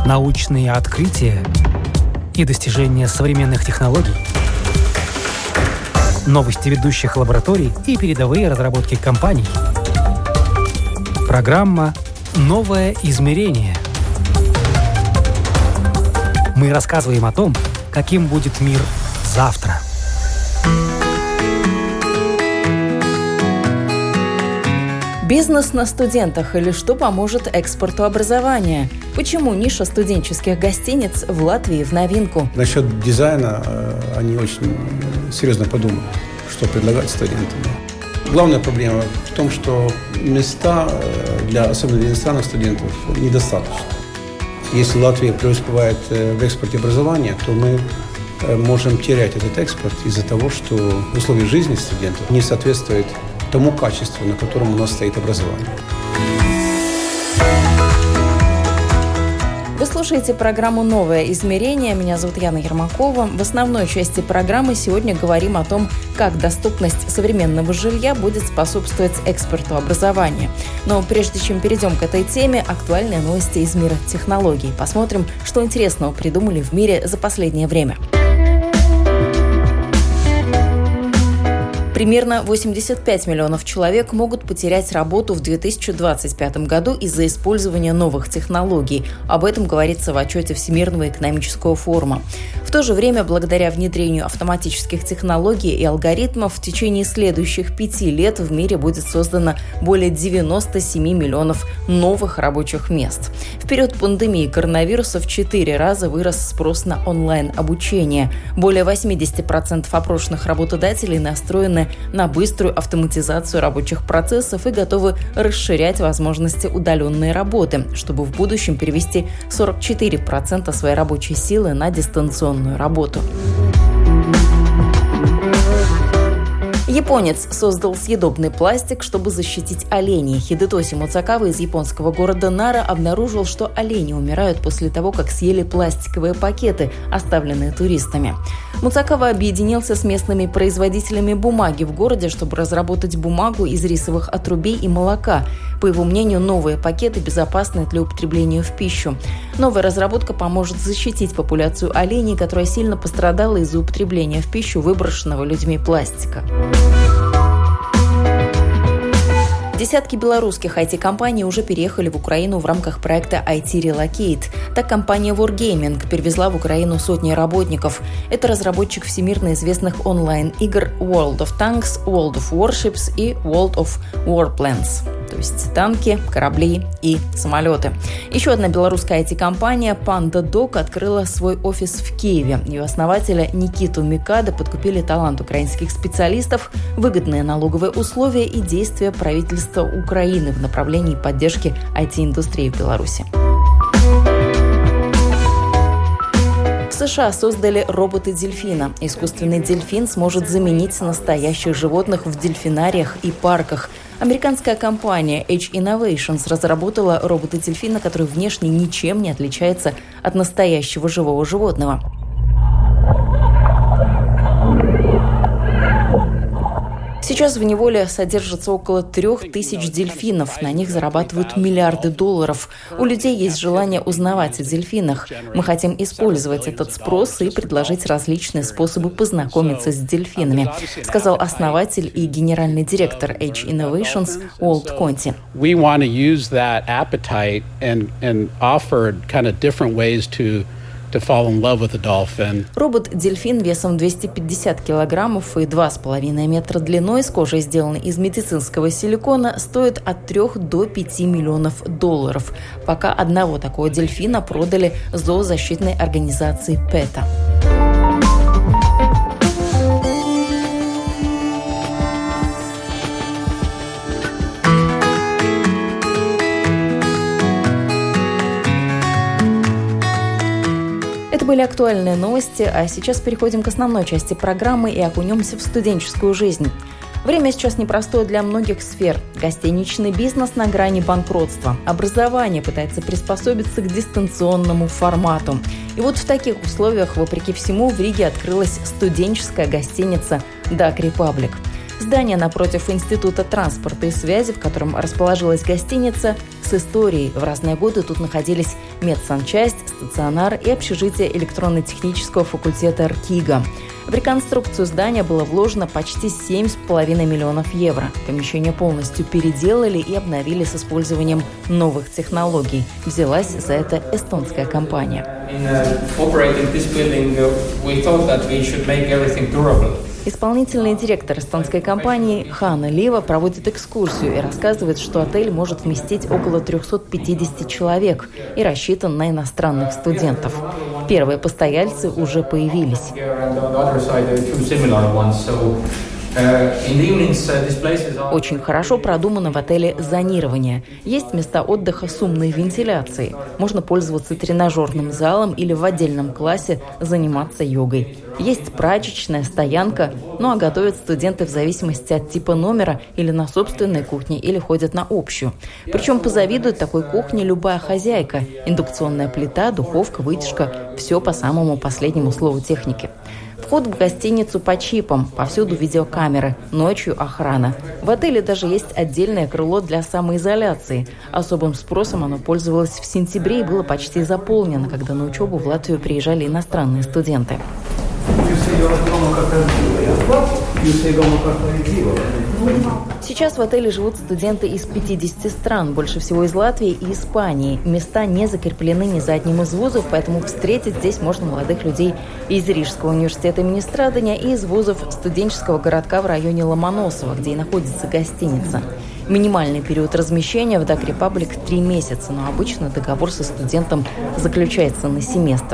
научные открытия и достижения современных технологий, новости ведущих лабораторий и передовые разработки компаний. Программа «Новое измерение». Мы рассказываем о том, каким будет мир завтра. Бизнес на студентах или что поможет экспорту образования? Почему ниша студенческих гостиниц в Латвии в новинку? Насчет дизайна они очень серьезно подумают, что предлагать студентам. Главная проблема в том, что места, особенно для иностранных студентов, недостаточно. Если Латвия преуспевает в экспорте образования, то мы можем терять этот экспорт из-за того, что условия жизни студентов не соответствуют тому качеству, на котором у нас стоит образование. Вы слушаете программу «Новое измерение». Меня зовут Яна Ермакова. В основной части программы сегодня говорим о том, как доступность современного жилья будет способствовать экспорту образования. Но прежде чем перейдем к этой теме, актуальные новости из мира технологий. Посмотрим, что интересного придумали в мире за последнее время. Примерно 85 миллионов человек могут потерять работу в 2025 году из-за использования новых технологий. Об этом говорится в отчете Всемирного экономического форума. В то же время, благодаря внедрению автоматических технологий и алгоритмов, в течение следующих 5 лет в мире будет создано более 97 миллионов новых рабочих мест. В период пандемии коронавируса в 4 раза вырос спрос на онлайн-обучение. Более 80% опрошенных работодателей настроены на быструю автоматизацию рабочих процессов и готовы расширять возможности удаленной работы, чтобы в будущем перевести 44% своей рабочей силы на дистанционную работу. Японец создал съедобный пластик, чтобы защитить оленей. Хидетоси Муцакава из японского города Нара обнаружил, что олени умирают после того, как съели пластиковые пакеты, оставленные туристами. Муцакава объединился с местными производителями бумаги в городе, чтобы разработать бумагу из рисовых отрубей и молока. По его мнению, новые пакеты безопасны для употребления в пищу. Новая разработка поможет защитить популяцию оленей, которая сильно пострадала из-за употребления в пищу выброшенного людьми пластика. Десятки белорусских IT-компаний уже переехали в Украину в рамках проекта IT Relocate. Так, компания Wargaming перевезла в Украину сотни работников. Это разработчик всемирно известных онлайн-игр World of Tanks, World of Warships и World of Warplanes. То есть танки, корабли и самолеты. Еще одна белорусская IT-компания PandaDoc открыла свой офис в Киеве. Ее основателя Никиту Микадо подкупили талант украинских специалистов, выгодные налоговые условия и действия правительства Украины в направлении поддержки IT-индустрии в Беларуси. В США создали робота-дельфина. Искусственный дельфин сможет заменить настоящих животных в дельфинариях и парках. Американская компания Edge Innovations разработала робота-дельфина, который внешне ничем не отличается от настоящего живого животного. Сейчас в неволе содержится около 3000 дельфинов. На них зарабатывают миллиарды долларов. У людей есть желание узнавать о дельфинах. Мы хотим использовать этот спрос и предложить различные способы познакомиться с дельфинами, сказал основатель и генеральный директор Edge Innovations Уолт Конти. We want to use that appetite and offer kind of different ways to fall in love with a dolphin. Робот-дельфин весом 250 килограммов и 2,5 метра длиной, с кожей, сделанной из медицинского силикона, стоит от 3 до 5 миллионов долларов. Пока одного такого дельфина продали зоозащитной организации PETA. Это были актуальные новости, а сейчас переходим к основной части программы и окунемся в студенческую жизнь. Время сейчас непростое для многих сфер. Гостиничный бизнес на грани банкротства. Образование пытается приспособиться к дистанционному формату. И вот в таких условиях, вопреки всему, в Риге открылась студенческая гостиница «Duck Republic». Здание напротив Института транспорта и связи, в котором расположилась гостиница, с историей. В разные годы тут находились медсанчасть, стационар и общежитие электронно-технического факультета РКИГа. В реконструкцию здания было вложено почти 7,5 миллионов евро. Помещение полностью переделали и обновили с использованием новых технологий. Взялась за это эстонская компания. Исполнительный директор эстонской компании Ханна Лива проводит экскурсию и рассказывает, что отель может вместить около 350 человек и рассчитан на иностранных студентов. Первые постояльцы уже появились. Очень хорошо продумано в отеле зонирование. Есть места отдыха с умной вентиляцией. Можно пользоваться тренажерным залом или в отдельном классе заниматься йогой. Есть прачечная, стоянка, ну а готовят студенты в зависимости от типа номера или на собственной кухне, или ходят на общую. Причем позавидует такой кухне любая хозяйка. Индукционная плита, духовка, вытяжка – все по самому последнему слову техники. Вход в гостиницу по чипам, повсюду видеокамеры, ночью охрана. В отеле даже есть отдельное крыло для самоизоляции. Особым спросом оно пользовалось в сентябре и было почти заполнено, когда на учебу в Латвию приезжали иностранные студенты. Сейчас в отеле живут студенты из 50 стран, больше всего из Латвии и Испании. Места не закреплены ни за одним из вузов, поэтому встретить здесь можно молодых людей из Рижского университета имени Страдания и из вузов студенческого городка в районе Ломоносова, где и находится гостиница. Минимальный период размещения в Дак Репаблик 3 месяца, но обычно договор со студентом заключается на семестр.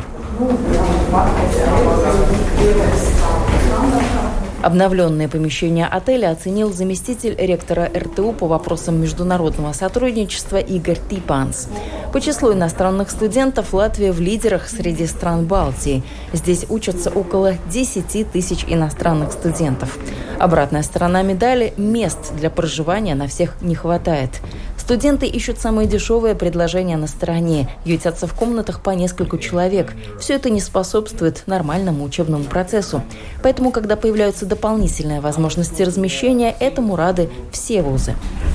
Обновленное помещение отеля оценил заместитель ректора РТУ по вопросам международного сотрудничества Игорь Типанс. По числу иностранных студентов Латвия в лидерах среди стран Балтии. Здесь учатся около 10 тысяч иностранных студентов. Обратная сторона медали – мест для проживания на всех не хватает. Студенты ищут самые дешевые предложения на стороне, ютятся в комнатах по нескольку человек. Все это не способствует нормальному учебному процессу. Поэтому, когда появляются дополнительные возможности размещения, этому рады все вузы.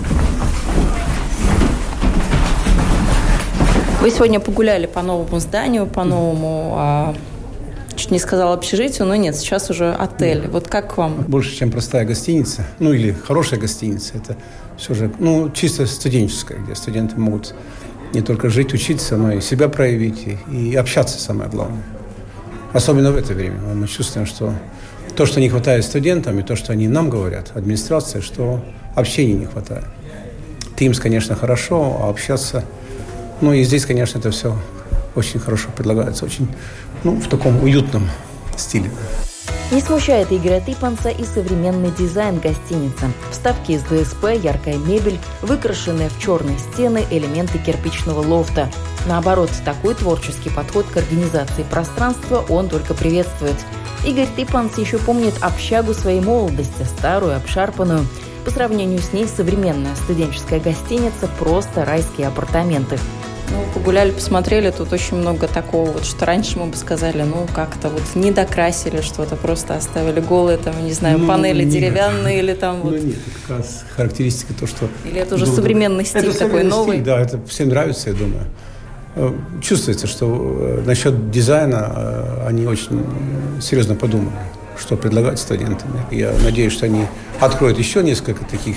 Вы сегодня погуляли по новому зданию, по новому, чуть не сказала общежитию, но нет, сейчас уже отель. Вот как вам? Больше, чем простая гостиница, ну или хорошая гостиница, это все же, чисто студенческая, где студенты могут не только жить, учиться, но и себя проявить, и общаться, самое главное. Особенно в это время. Мы чувствуем, что то, что не хватает студентам, и то, что они нам говорят, администрация, что общения не хватает. Teams, конечно, хорошо, а общаться... и здесь, конечно, это все очень хорошо предлагается, очень, в таком уютном стиле. Не смущает Игоря Типанса и современный дизайн гостиницы. Вставки из ДСП, яркая мебель, выкрашенные в черные стены элементы кирпичного лофта. Наоборот, такой творческий подход к организации пространства он только приветствует. Игорь Типанс еще помнит общагу своей молодости, старую, обшарпанную. По сравнению с ней современная студенческая гостиница – просто райские апартаменты. Погуляли, посмотрели, тут очень много такого, что раньше мы бы сказали, как-то не докрасили что-то, просто оставили голые, панели деревянные или там нет, это как раз характеристика то, что... Или это уже современный стиль, это такой новый? Стиль, да, это всем нравится, я думаю. Чувствуется, что насчет дизайна они очень серьезно подумали, что предлагать студентам. Я надеюсь, что они откроют еще несколько таких,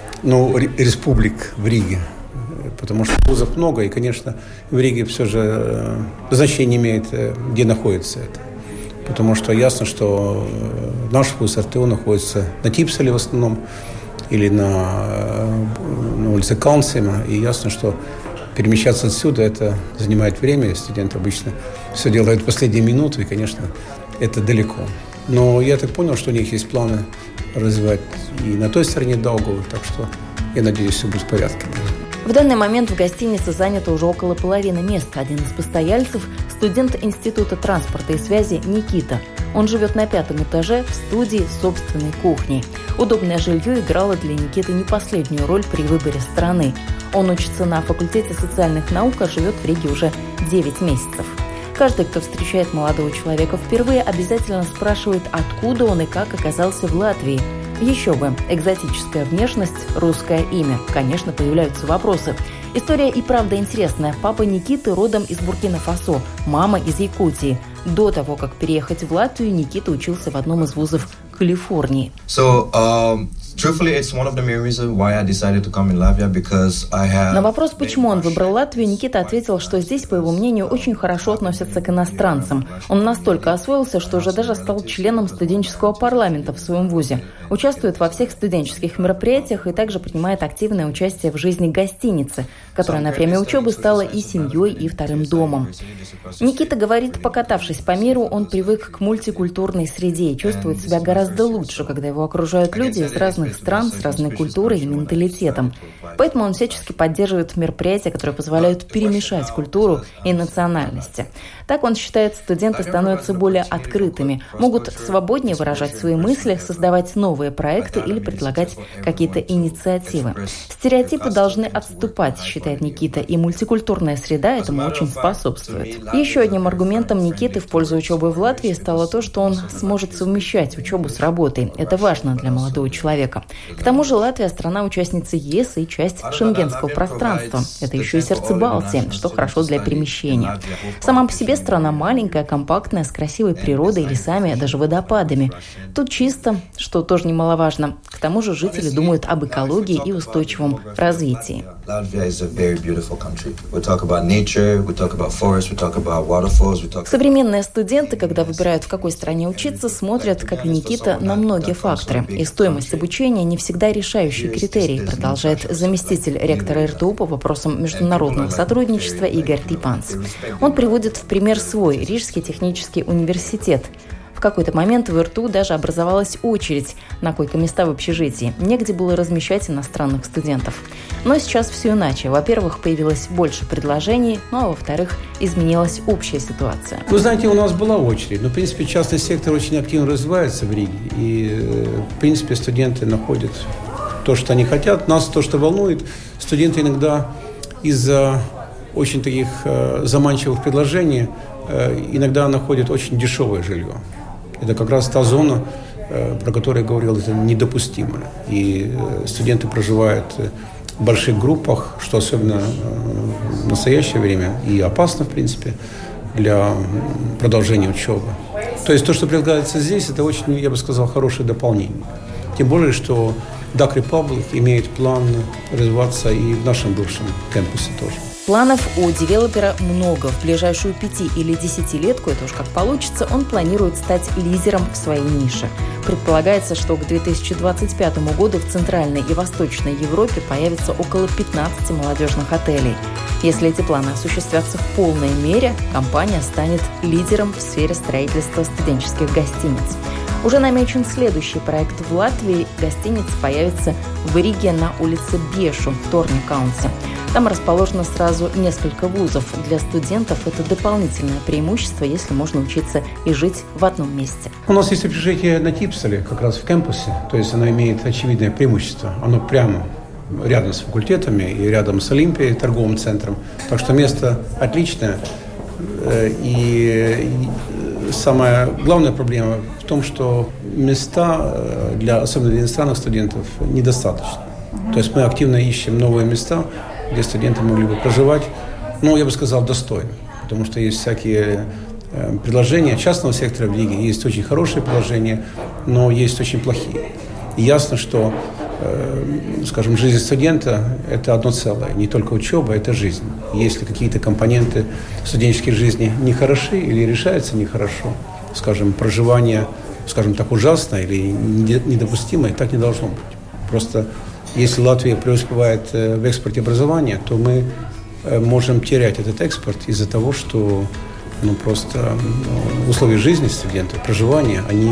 республик в Риге. Потому что вузов много, и, конечно, в Риге все же значение имеет, где находится это. Потому что ясно, что наш вуз РТУ находится на Типселе в основном, или на улице Калнсема, и ясно, что перемещаться отсюда, это занимает время, студенты обычно все делают в последнюю минуту, и, конечно, это далеко. Но я так понял, что у них есть планы развивать и на той стороне Даугавы, так что я надеюсь, все будет в порядке. В данный момент в гостинице занято уже около половины мест. Один из постояльцев – студент Института транспорта и связи Никита. Он живет на 5-м этаже в студии с собственной кухней. Удобное жилье играло для Никиты не последнюю роль при выборе страны. Он учится на факультете социальных наук, а живет в Риге уже 9 месяцев. Каждый, кто встречает молодого человека впервые, обязательно спрашивает, откуда он и как оказался в Латвии. Еще бы, экзотическая внешность, русское имя. Конечно, появляются вопросы. История и правда интересная. Папа Никиты родом из Буркина-Фасо, мама из Якутии. До того, как переехать в Латвию, Никита учился в одном из вузов Калифорнии. На вопрос, почему он выбрал Латвию, Никита ответил, что здесь, по его мнению, очень хорошо относятся к иностранцам. Он настолько освоился, что уже даже стал членом студенческого парламента в своем вузе. Участвует во всех студенческих мероприятиях и также принимает активное участие в жизни гостиницы, которая на время учебы стала и семьей, и вторым домом. Никита говорит, покатавшись по миру, он привык к мультикультурной среде и чувствует себя гораздо лучше, когда его окружают люди из разных стран, с разной культурой и менталитетом. Поэтому он всячески поддерживает мероприятия, которые позволяют перемешать культуру и национальности. Так, он считает, студенты становятся более открытыми, могут свободнее выражать свои мысли, создавать новые проекты или предлагать какие-то инициативы. Стереотипы должны отступать, считает Никита, и мультикультурная среда этому очень способствует. Еще одним аргументом Никиты в пользу учебы в Латвии стало то, что он сможет совмещать учебу с работой. Это важно для молодого человека. К тому же Латвия – страна-участница ЕС и часть шенгенского пространства. Это еще и сердце Балтии, что хорошо для перемещения. Сама по себе страна маленькая, компактная, с красивой природой, лесами, даже водопадами. Тут чисто, что тоже немаловажно. К тому же жители думают об экологии и устойчивом развитии. Современные студенты, когда выбирают, в какой стране учиться, смотрят, как и Никита, на многие факторы. И стоимость обучения не всегда решающий критерий, продолжает заместитель ректора РТУ по вопросам международного сотрудничества Игорь Типанс. Он приводит в пример свой Рижский технический университет. В какой-то момент в РТУ даже образовалась очередь на койко-места в общежитии. Негде было размещать иностранных студентов. Но сейчас все иначе. Во-первых, появилось больше предложений, ну а во-вторых, изменилась общая ситуация. Вы знаете, у нас была очередь, но, в принципе, частный сектор очень активно развивается в Риге. И, в принципе, студенты находят то, что они хотят. Нас то, что волнует, студенты иногда из-за очень таких заманчивых предложений иногда находят очень дешевое жилье. Это как раз та зона, про которую я говорил, это недопустимо. И студенты проживают в больших группах, что особенно в настоящее время и опасно, в принципе, для продолжения учебы. То есть то, что предлагается здесь, это очень, я бы сказал, хорошее дополнение. Тем более, что Duck Republic имеет план развиваться и в нашем бывшем кампусе тоже. Планов у девелопера много. В ближайшую 5 или 10-летку, это уж как получится, он планирует стать лидером в своей нише. Предполагается, что к 2025 году в Центральной и Восточной Европе появится около 15 молодежных отелей. Если эти планы осуществятся в полной мере, компания станет лидером в сфере строительства студенческих гостиниц. Уже намечен следующий проект в Латвии. Гостиница появится в Риге на улице Бешу в Торни-Каунте. Там расположено сразу несколько вузов. Для студентов это дополнительное преимущество, если можно учиться и жить в одном месте. У нас есть общежитие на Типселе, как раз в кампусе. То есть оно имеет очевидное преимущество. Оно прямо рядом с факультетами и рядом с Олимпией, торговым центром. Так что место отличное. И самая главная проблема в том, что места, особенно для иностранных студентов, недостаточно. То есть мы активно ищем новые места, где студенты могли бы проживать, я бы сказал, достойно. Потому что есть всякие предложения частного сектора в Риге, есть очень хорошие предложения, но есть очень плохие. И ясно, что, скажем, жизнь студента – это одно целое. Не только учеба, это жизнь. Если какие-то компоненты студенческой жизни нехороши или решаются нехорошо, скажем, проживание, скажем так, ужасное или недопустимое, так не должно быть. Просто если Латвия преуспевает в экспорте образования, то мы можем терять этот экспорт из-за того, что просто условия жизни студентов, проживания, они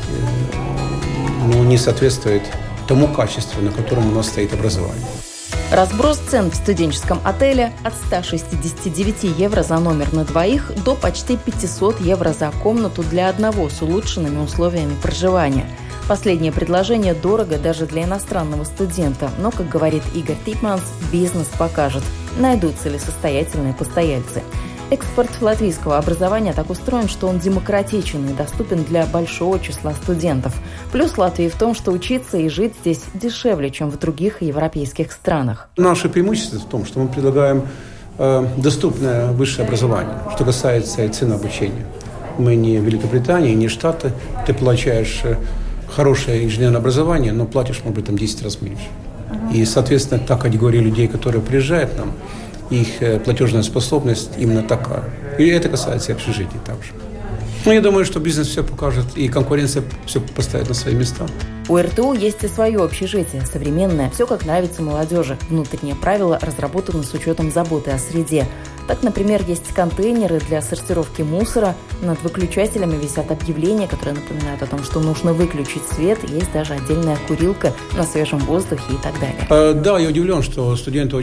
не соответствуют тому качеству, на котором у нас стоит образование. Разброс цен в студенческом отеле от 169 евро за номер на двоих до почти 500 евро за комнату для одного с улучшенными условиями проживания. Последнее предложение дорого даже для иностранного студента, но, как говорит Игорь Типманс, бизнес покажет, найдутся ли состоятельные постояльцы. Экспорт латвийского образования так устроен, что он демократичен и доступен для большого числа студентов. Плюс Латвии в том, что учиться и жить здесь дешевле, чем в других европейских странах. Наше преимущество в том, что мы предлагаем доступное высшее образование, что касается и цены обучения. Мы не Великобритания, не Штаты. Ты получаешь хорошее инженерное образование, но платишь, может быть, там 10 раз меньше. И, соответственно, та категория людей, которые приезжают к нам, их платежная способность именно такая. И это касается и общежитий также. Но я думаю, что бизнес все покажет, и конкуренция все поставит на свои места. У РТУ есть и свое общежитие, современное, все как нравится молодежи. Внутренние правила разработаны с учетом заботы о среде. Так, например, есть контейнеры для сортировки мусора, над выключателями висят объявления, которые напоминают о том, что нужно выключить свет, есть даже отдельная курилка на свежем воздухе и так далее. Да, я удивлен, что студенты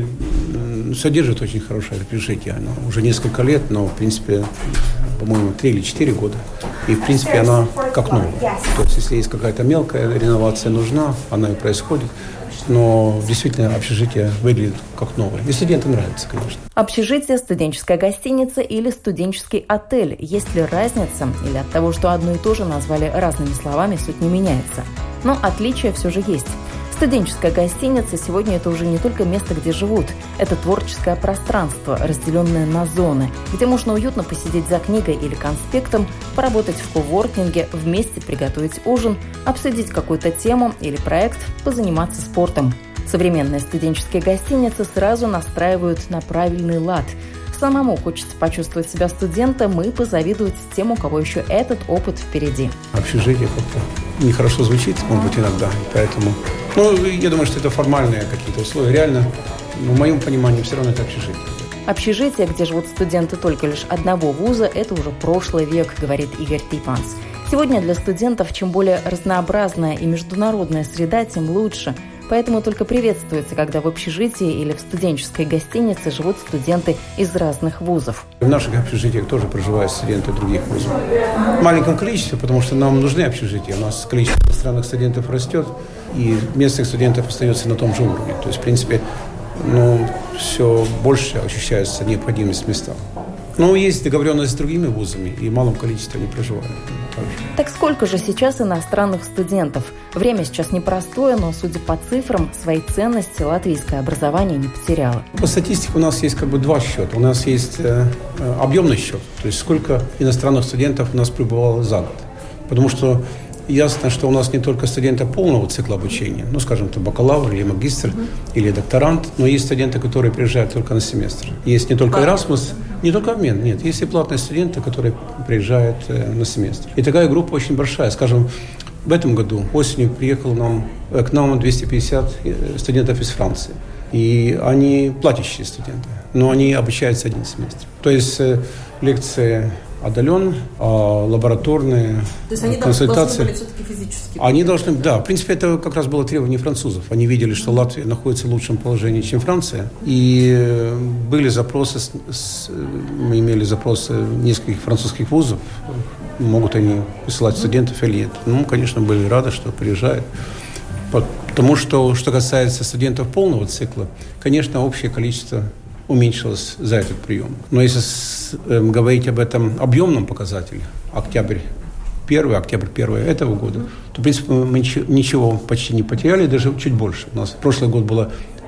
содержат очень хорошее общежитие. Оно уже несколько лет, но, в принципе, по-моему, 3 или 4 года. И, в принципе, она как новая. То есть, если есть какая-то мелкая реновация нужна, она и происходит. Но действительно общежитие выглядит как новое. И студентам нравится, конечно. Общежитие, студенческая гостиница или студенческий отель. Есть ли разница? Или от того, что одно и то же назвали разными словами, суть не меняется? Но отличия все же есть. Студенческая гостиница сегодня это уже не только место, где живут. Это творческое пространство, разделенное на зоны, где можно уютно посидеть за книгой или конспектом, поработать в коворкинге, вместе приготовить ужин, обсудить какую-то тему или проект, позаниматься спортом. Современные студенческие гостиницы сразу настраивают на правильный лад. Самому хочется почувствовать себя студентом и позавидовать тем, у кого еще этот опыт впереди. Общежитие как-то нехорошо звучит, может быть, иногда, поэтому... я думаю, что это формальные какие-то условия. Реально, в моем понимании, все равно это общежитие. Общежитие, где живут студенты только лишь одного вуза, это уже прошлый век, говорит Игорь Типанс. Сегодня для студентов чем более разнообразная и международная среда, тем лучше. Поэтому только приветствуется, когда в общежитии или в студенческой гостинице живут студенты из разных вузов. В наших общежитиях тоже проживают студенты других вузов. В маленьком количестве, потому что нам нужны общежития. У нас количество иностранных студентов растет, и местных студентов остается на том же уровне. То есть, в принципе, все больше ощущается необходимость в местах. Но есть договоренность с другими вузами, и в малом количестве они проживают. Так сколько же сейчас иностранных студентов? Время сейчас непростое, но, судя по цифрам, своей ценности латвийское образование не потеряло. По статистике у нас есть два счета. У нас есть объемный счет, то есть сколько иностранных студентов у нас пребывало за год. Потому что ясно, что у нас не только студенты полного цикла обучения, скажем, это бакалавр или магистр, или докторант, но есть студенты, которые приезжают только на семестр. Есть не только Erasmus, не только обмен, нет, есть и платные студенты, которые приезжают на семестр. И такая группа очень большая. Скажем, в этом году осенью приехало к нам 250 студентов из Франции. И они платящие студенты, но они обучаются один семестр. То есть лекции отдаленно, лабораторные консультации. Должны были все-таки физически. Они должны, да, в принципе, это как раз было требование французов. Они видели, что Латвия находится в лучшем положении, чем Франция. И были запросы, мы имели запросы нескольких французских вузов, могут они высылать студентов или нет. Конечно, были рады, что приезжают. Потому что касается студентов полного цикла, конечно, общее количество уменьшилось за этот прием. Но если говорить об этом объемном показателе, октябрь 1 этого года, то, в принципе, мы ничего почти не потеряли, даже чуть больше. У нас прошлый год было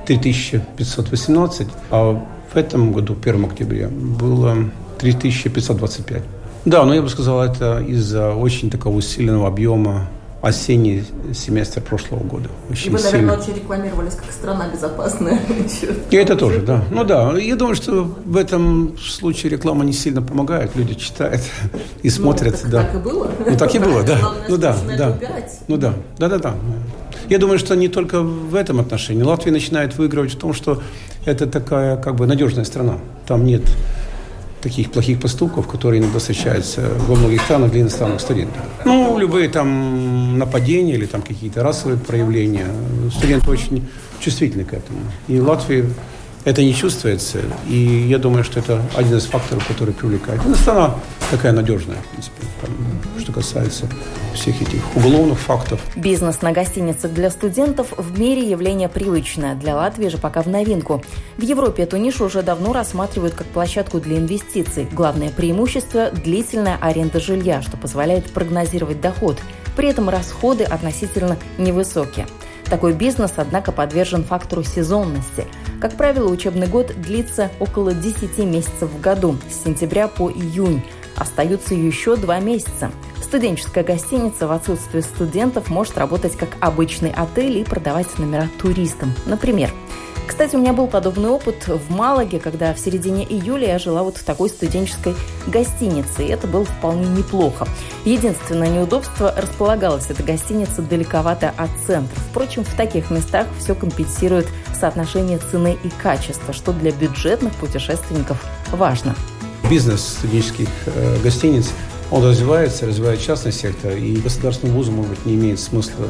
3518, а в этом году, 1 октября, было 3525. Да, но я бы сказал, это из-за очень такого усиленного объема осенний семестр прошлого года. И вы, наверное, очень рекламировались как страна безопасная. И это тоже, да. Я думаю, что в этом случае реклама не сильно помогает. Люди читают и смотрят. Так и было. Так и было, да. Да. Я думаю, что не только в этом отношении. Латвия начинает выигрывать в том, что это такая надежная страна. Там нет таких плохих поступков, которые иногда встречаются во многих странах для иностранных студентов. Любые там нападения или там какие-то расовые проявления. Студенты очень чувствительны к этому. И Латвия это не чувствуется. И я думаю, что это один из факторов, который привлекает. И страна такая надежная, в принципе, что касается всех этих уголовных фактов. Бизнес на гостиницах для студентов в мире явление привычное. Для Латвии же пока в новинку. В Европе эту нишу уже давно рассматривают как площадку для инвестиций. Главное преимущество – длительная аренда жилья, что позволяет прогнозировать доход. При этом расходы относительно невысокие. Такой бизнес, однако, подвержен фактору сезонности. Как правило, учебный год длится около 10 месяцев в году, с сентября по июнь. Остаются еще 2 месяца. Студенческая гостиница в отсутствие студентов может работать как обычный отель и продавать номера туристам, например. Кстати, у меня был подобный опыт в Малаге, когда в середине июля я жила вот в такой студенческой гостинице, и это было вполне неплохо. Единственное неудобство – располагалась эта гостиница далековато от центра. Впрочем, в таких местах все компенсирует соотношение цены и качества, что для бюджетных путешественников важно. Бизнес студенческих гостиниц, он развивается, развивает частный сектор, и государственному вузу, может быть, не имеет смысла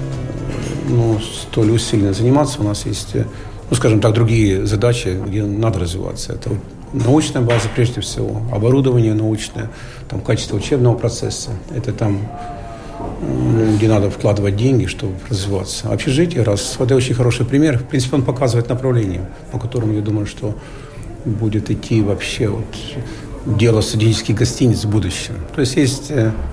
столь усиленно заниматься. У нас есть, скажем так, другие задачи, где надо развиваться. Это научная база, прежде всего, оборудование научное, там, качество учебного процесса. Это там, где надо вкладывать деньги, чтобы развиваться. Общежитие, это очень хороший пример. В принципе, он показывает направление, по которому, я думаю, что будет идти вообще дело студенческих гостиниц в будущем. То есть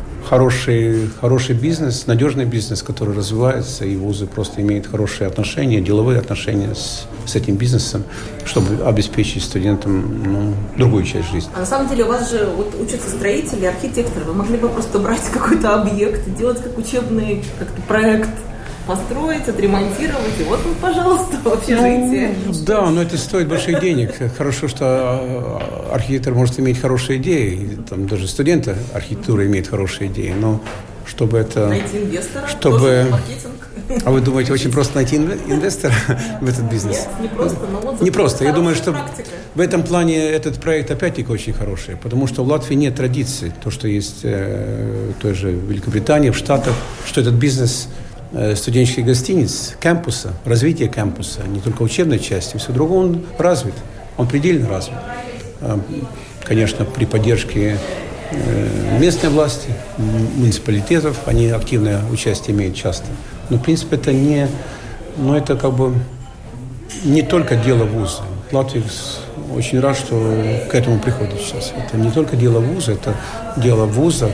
хороший бизнес, надежный бизнес, который развивается, и вузы просто имеют хорошие отношения, деловые отношения с этим бизнесом, чтобы обеспечить студентам другую часть жизни. А на самом деле у вас же учатся строители, архитекторы. Вы могли бы просто брать какой-то объект и делать как учебный проект, построить, отремонтировать, и вот он, пожалуйста, в общежитии. Да, но это стоит больших денег. Хорошо, что архитектор может иметь хорошие идеи, там даже студенты архитектуры имеют хорошие идеи, но чтобы это... Найти инвестора, тоже маркетинг. А вы думаете, очень просто найти инвестора в этот бизнес? Нет, не просто, но вот... Не просто. Я думаю, что практика. В этом плане этот проект опять-таки очень хороший, потому что в Латвии нет традиции, то, что есть в той же Великобритании, в Штатах, что этот бизнес студенческих гостиниц, кампуса, развитие кампуса, не только учебной части, все другое, он развит, он предельно развит. Конечно, при поддержке местной власти, муниципалитетов, они активное участие имеют часто. Но, в принципе, это это как бы не только дело вуза. Латвия очень рад, что к этому приходит сейчас. Это не только дело вуза, это дело вуза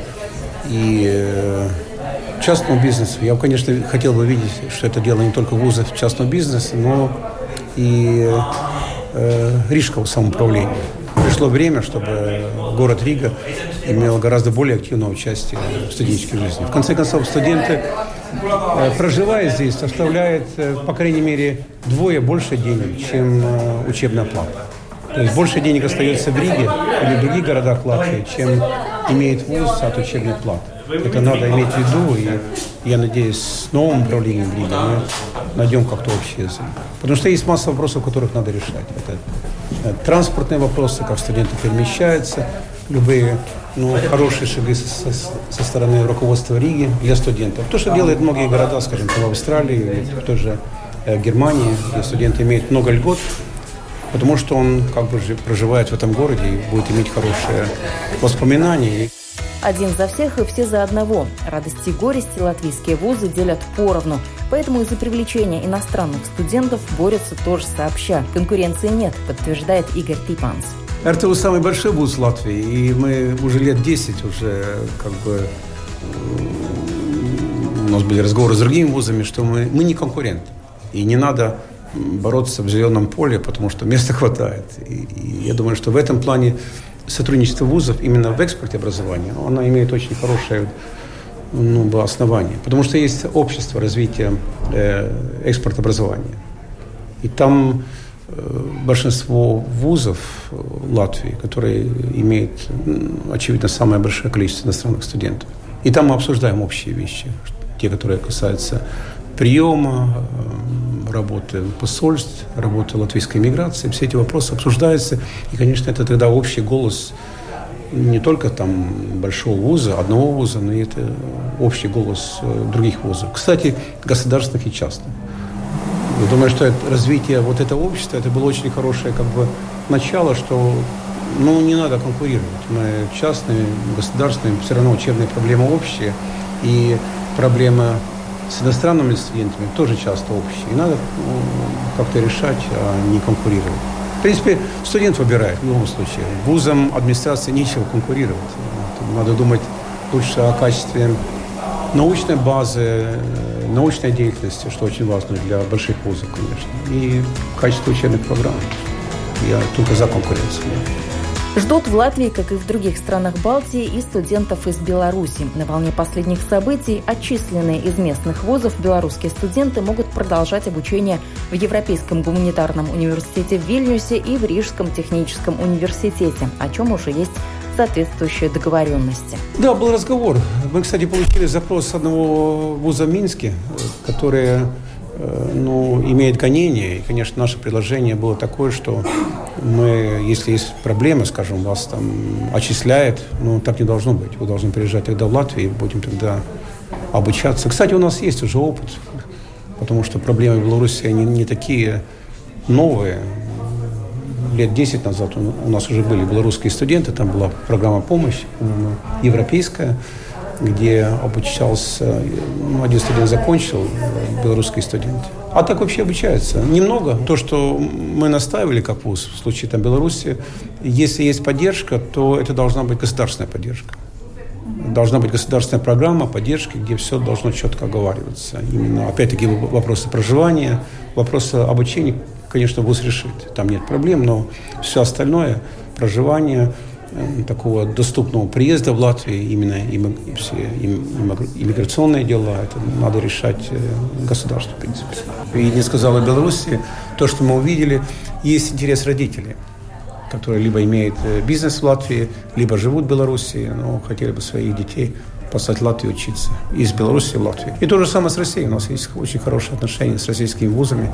и частному бизнесу. Я, конечно, хотел бы видеть, что это дело не только вуза частного бизнеса, но и Рижского самоуправления. Пришло время, чтобы город Рига имел гораздо более активное участие в студенческой жизни. В конце концов, студенты, проживая здесь, составляют, по крайней мере, 2 больше денег, чем учебная плата. То есть больше денег остается в Риге или в других городах Латвии, чем имеет вуз от учебной платы. Это надо иметь в виду, и я надеюсь, с новым управлением в Риге мы найдем как-то общий язык. Потому что есть масса вопросов, которых надо решать. Это транспортные вопросы, как студенты перемещаются, любые хорошие шаги со стороны руководства Риги для студентов. То, что делают многие города, скажем, в Австралии или в той же Германии, где студенты имеют много льгот, потому что он как бы проживает в этом городе и будет иметь хорошие воспоминания. Один за всех и все за одного. Радости и горести латвийские вузы делят поровну. Поэтому из-за привлечения иностранных студентов борются тоже сообща. Конкуренции нет, подтверждает Игорь Типанс. РТУ самый большой вуз Латвии, и мы уже лет 10 у нас были разговоры с другими вузами, что мы не конкуренты. И не надо бороться в зеленом поле, потому что места хватает. И я думаю, что в этом плане сотрудничество вузов именно в экспорте образования, оно имеет очень хорошее основание. Потому что есть общество развития экспорта образования. И там большинство вузов Латвии, которые имеют, очевидно, самое большое количество иностранных студентов. И там мы обсуждаем общие вещи, те, которые касаются приема, работы посольств, работы латвийской миграции. Все эти вопросы обсуждаются. И, конечно, это тогда общий голос не только там большого вуза, одного вуза, но и это общий голос других вузов. Кстати, государственных и частных. Я думаю, что развитие вот этого общества, это было очень хорошее как бы начало, что не надо конкурировать. Мы частные, государственные, все равно учебные проблемы общие. И проблемы с иностранными студентами тоже часто общие. И надо как-то решать, а не конкурировать. В принципе, студент выбирает в любом случае. Вузам, администрации нечего конкурировать. Надо думать лучше о качестве научной базы, научной деятельности, что очень важно для больших вузов, конечно. И качество учебных программ. Я только за конкуренцию. Ждут в Латвии, как и в других странах Балтии, и студентов из Беларуси. На волне последних событий отчисленные из местных вузов белорусские студенты могут продолжать обучение в Европейском гуманитарном университете в Вильнюсе и в Рижском техническом университете, о чем уже есть соответствующие договоренности. Да, был разговор. Мы, кстати, получили запрос с одного вуза в Минске, который имеет гонение. И, конечно, наше предложение было такое, что мы, если есть проблемы, скажем, вас там отчисляют, так не должно быть. Вы должны приезжать тогда в Латвию и будем тогда обучаться. Кстати, у нас есть уже опыт, потому что проблемы в Беларуси, они не такие новые. Лет 10 назад у нас уже были белорусские студенты, там была программа «Помощь», европейская, где обучался, один студент закончил, белорусский студент. А так вообще обучается. Немного. То, что мы настаивали как вуз в случае Беларуси, если есть поддержка, то это должна быть государственная поддержка. Должна быть государственная программа поддержки, где все должно четко оговариваться. Именно, опять-таки, вопросы проживания, вопросы обучения, конечно, вуз решит. Там нет проблем, но все остальное, проживание, такого доступного приезда в Латвию, именно все иммиграционные дела, это надо решать государству, в принципе. И не сказала Беларуси, то, что мы увидели, есть интерес родителей, которые либо имеют бизнес в Латвии, либо живут в Беларуси, но хотели бы своих детей послать в Латвию учиться. Из Беларуси в Латвию. И то же самое с Россией. У нас есть очень хорошие отношения с российскими вузами.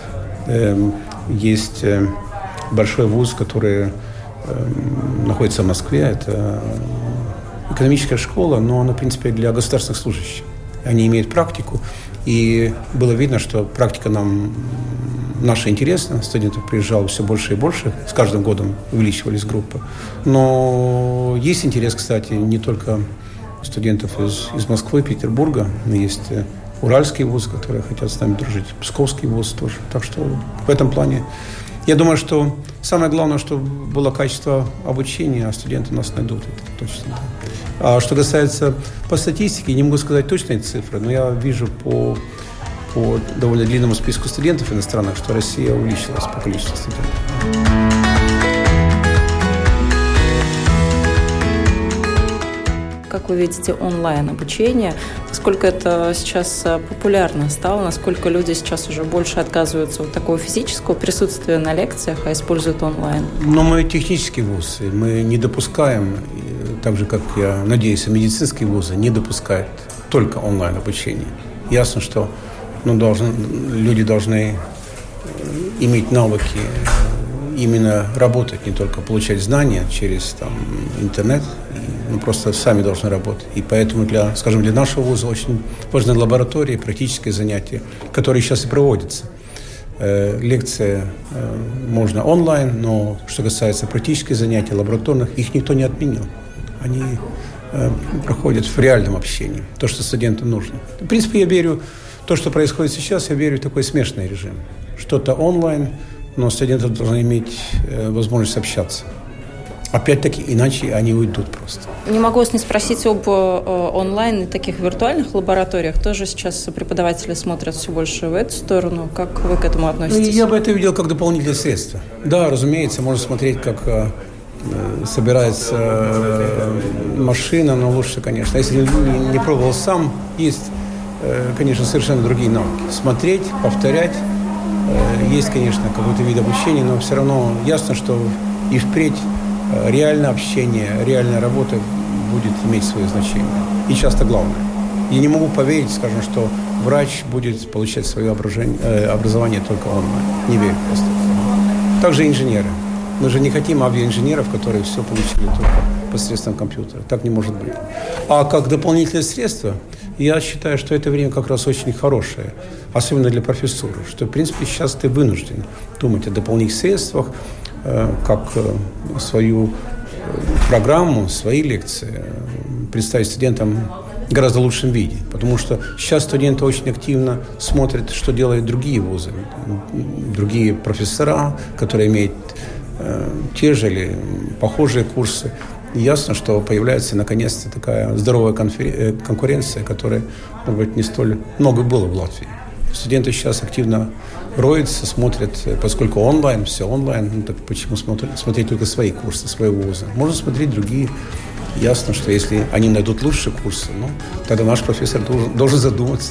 Есть большой вуз, который находится в Москве. Это экономическая школа, но она, в принципе, для государственных служащих. Они имеют практику, и было видно, что практика нам наша интересна. Студентов приезжало все больше и больше. С каждым годом увеличивались группы. Но есть интерес, кстати, не только студентов из Москвы, Петербурга. Есть Уральский вуз, которые хотят с нами дружить. Псковский вуз тоже. Так что в этом плане я думаю, что самое главное, что было качество обучения, а студенты нас найдут. Это точно. А что касается по статистике, не могу сказать точные цифры, но я вижу по довольно длинному списку студентов иностранных, что Россия увеличилась по количеству студентов. Как вы видите онлайн-обучение, насколько это сейчас популярно стало, насколько люди сейчас уже больше отказываются от такого физического присутствия на лекциях, а используют онлайн? Но мы технический вуз, и мы не допускаем, так же, как, я надеюсь, медицинские вузы не допускают только онлайн-обучение. Ясно, что люди должны иметь навыки, именно работать, не только получать знания через интернет, просто сами должны работать. И поэтому для нашего вуза очень важны лаборатории, практические занятия, которые сейчас и проводятся. Лекции можно онлайн, но что касается практических занятий, лабораторных, их никто не отменил. Они проходят в реальном общении, то, что студентам нужно. В принципе, я верю, то, что происходит сейчас, я верю в такой смешанный режим. Что-то онлайн, но студенты должны иметь возможность общаться. Опять-таки, иначе они уйдут просто. Не могу вас не спросить об онлайн и таких виртуальных лабораториях. Тоже сейчас преподаватели смотрят все больше в эту сторону. Как вы к этому относитесь? Я бы это видел как дополнительное средство. Да, разумеется, можно смотреть, как собирается машина, но лучше, конечно. Если не пробовал сам, есть, конечно, совершенно другие навыки. Смотреть, повторять. Есть, конечно, какой-то вид обучения, но все равно ясно, что и впредь реальное общение, реальная работа будет иметь свое значение. И часто главное. Я не могу поверить, скажем, что врач будет получать свое образование только онлайн. Не верю просто. Также инженеры. Мы же не хотим авиаинженеров, которые все получили только посредством компьютера. Так не может быть. А как дополнительное средство, я считаю, что это время как раз очень хорошее, особенно для профессуры, что, в принципе, сейчас ты вынужден думать о дополнительных средствах, как свою программу, свои лекции представить студентам в гораздо лучшем виде. Потому что сейчас студенты очень активно смотрят, что делают другие вузы, другие профессора, которые имеют те же или похожие курсы. И ясно, что появляется наконец-то такая здоровая конкуренция, которая, может быть, не столь много было в Латвии. Студенты сейчас активно роются, смотрят, поскольку онлайн, все онлайн, ну, так почему смотреть только свои курсы, свои вузы? Можно смотреть другие. Ясно, что если они найдут лучшие курсы, ну, тогда наш профессор должен задуматься.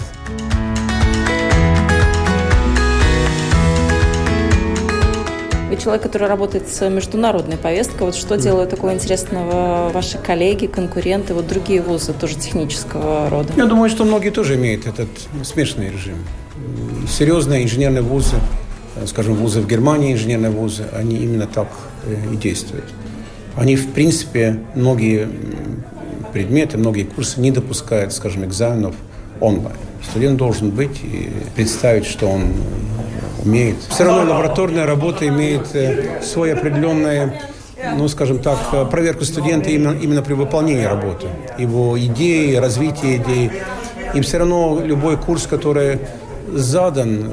Вы человек, который работает с международной повесткой. Вот что делают такого интересного ваши коллеги, конкуренты, вот другие вузы тоже технического рода? Я думаю, что многие тоже имеют этот смешанный режим. Серьезные инженерные вузы, скажем, вузы в Германии, инженерные вузы, они именно так и действуют. Они, в принципе, многие предметы, многие курсы не допускают, скажем, экзаменов онлайн. Студент должен быть и представить, что он умеет. Все равно лабораторная работа имеет свой определенный, ну, скажем так, проверку студента именно при выполнении работы. Его идеи, развитие идей. И все равно любой курс, который задан,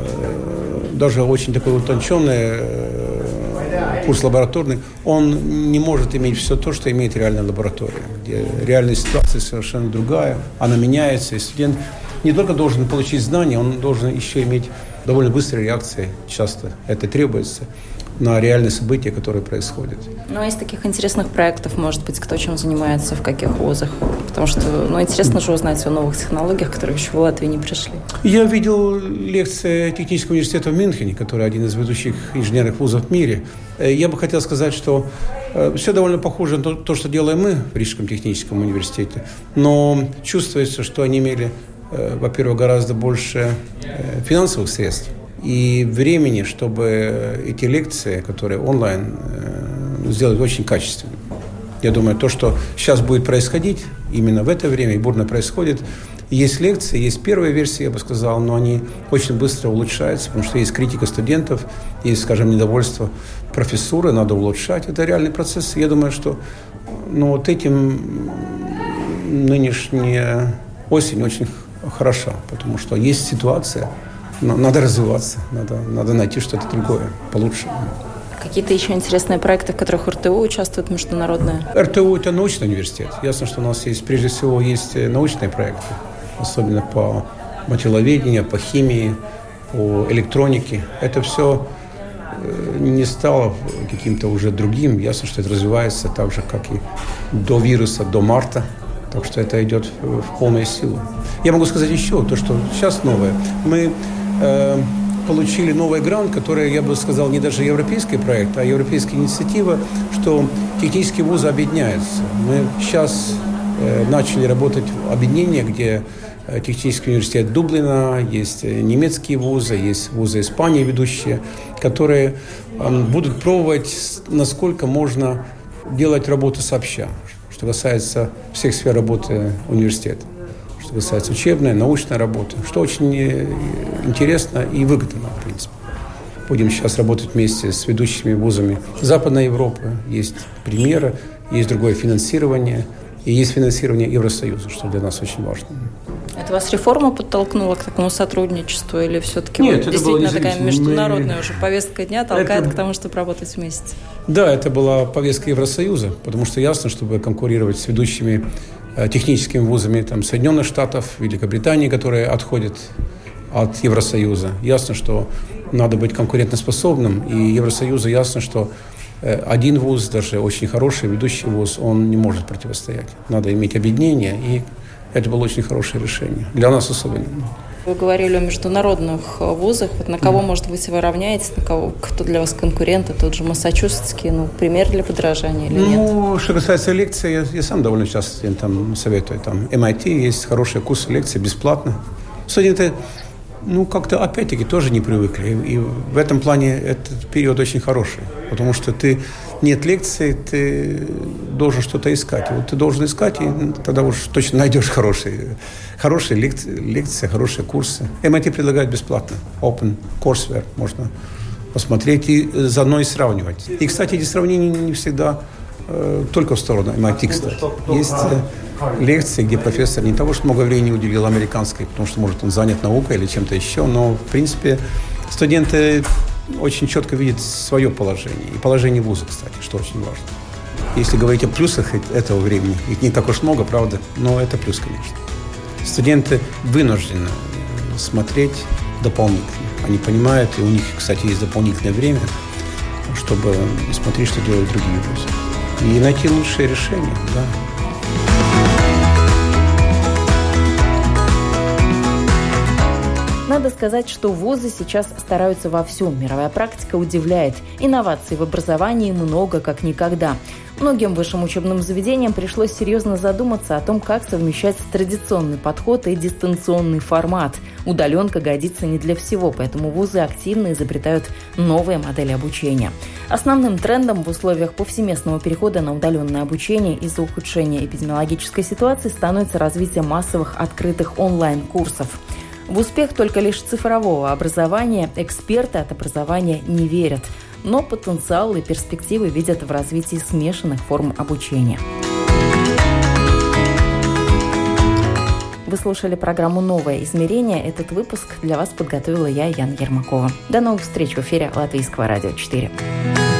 даже очень такой утонченный курс лабораторный, он не может иметь все то, что имеет реальная лаборатория, где реальная ситуация совершенно другая, она меняется, и студент не только должен получить знания, он должен еще иметь довольно быстрые реакции, часто это требуется, на реальные события, которые происходят. Ну, а из таких интересных проектов, может быть, кто чем занимается, в каких вузах? Потому что, ну, интересно же узнать о новых технологиях, которые еще в Латвии не пришли. Я видел лекции Технического университета в Мюнхене, который один из ведущих инженерных вузов в мире. Я бы хотел сказать, что все довольно похоже на то, что делаем мы в Рижском техническом университете. Но чувствуется, что они имели, во-первых, гораздо больше финансовых средств и времени, чтобы эти лекции, которые онлайн, сделать очень качественными. Я думаю, то, что сейчас будет происходить, именно в это время и бурно происходит. Есть лекции, есть первая версия, я бы сказал, но они очень быстро улучшаются, потому что есть критика студентов, есть, скажем, недовольство профессуры, надо улучшать. Это реальный процесс. Я думаю, что вот этим нынешняя осень очень хороша, потому что есть ситуация, но надо развиваться, надо найти что-то другое, получше. Какие-то еще интересные проекты, в которых РТУ участвует международные? РТУ – это научный университет. Ясно, что у нас есть, прежде всего, есть научные проекты, особенно по материаловедению, по химии, по электронике. Это все не стало каким-то уже другим. Ясно, что это развивается так же, как и до вируса, до марта. Так что это идет в полную силу. Я могу сказать еще то, что сейчас новое. Мы получили новый грант, который, я бы сказал, не даже европейский проект, а европейская инициатива, что технические вузы объединяются. Мы сейчас начали работать в объединении, где технический университет Дублина, есть немецкие вузы, есть вузы Испании ведущие, которые будут пробовать, насколько можно делать работу сообща, что касается всех сфер работы университета. Что касается учебной, научной работы, что очень интересно и выгодно, в принципе. Будем сейчас работать вместе с ведущими вузами Западной Европы. Есть примеры, есть другое финансирование, и есть финансирование Евросоюза, что для нас очень важно. Это вас реформа подтолкнула к такому сотрудничеству, или все-таки Нет, действительно такая международная уже повестка дня толкает к тому, чтобы работать вместе? Да, это была повестка Евросоюза, потому что ясно, чтобы конкурировать с ведущими техническими вузами Соединенных Штатов, Великобритании, которые отходят от Евросоюза. Ясно, что надо быть конкурентоспособным, и Евросоюзу ясно, что один вуз, даже очень хороший, ведущий вуз, он не может противостоять. Надо иметь объединение, и это было очень хорошее решение. Для нас особенно. Вы говорили о международных вузах. Вот на кого, может быть, вы равняетесь, на кого, кто для вас конкуренты, тот же Массачусетский, пример для подражания или нет? Что касается лекций, я сам довольно часто студентам советую. MIT есть хорошие курсы лекций, бесплатно. Студенты как-то опять-таки тоже не привыкли. И в этом плане этот период очень хороший. Потому что нет лекций, ты должен что-то искать. И вот ты должен искать, и тогда уж точно найдешь хорошие лекции, хорошие курсы. MIT предлагает бесплатно. Open courseware можно посмотреть и заодно и сравнивать. И, кстати, эти сравнения не всегда только в сторону MIT, кстати. Есть лекции, где профессор не того, что много времени уделил американской, потому что, может, он занят наукой или чем-то еще, но, в принципе, студенты очень четко видят свое положение. И положение вуза, кстати, что очень важно. Если говорить о плюсах этого времени, их не так уж много, правда, но это плюс, конечно. Студенты вынуждены смотреть дополнительно. Они понимают, и у них, кстати, есть дополнительное время, чтобы смотреть, что делают другие вузы. И найти лучшее решение, да. Надо сказать, что вузы сейчас стараются вовсю. Мировая практика удивляет. Инноваций в образовании много, как никогда. Многим высшим учебным заведениям пришлось серьезно задуматься о том, как совмещать традиционный подход и дистанционный формат. Удаленка годится не для всего, поэтому вузы активно изобретают новые модели обучения. Основным трендом в условиях повсеместного перехода на удаленное обучение из-за ухудшения эпидемиологической ситуации становится развитие массовых открытых онлайн-курсов. В успех только лишь цифрового образования эксперты от образования не верят, но потенциал и перспективы видят в развитии смешанных форм обучения. Вы слушали программу «Новое измерение». Этот выпуск для вас подготовила я, Яна Ермакова. До новых встреч в эфире Латвийского радио 4.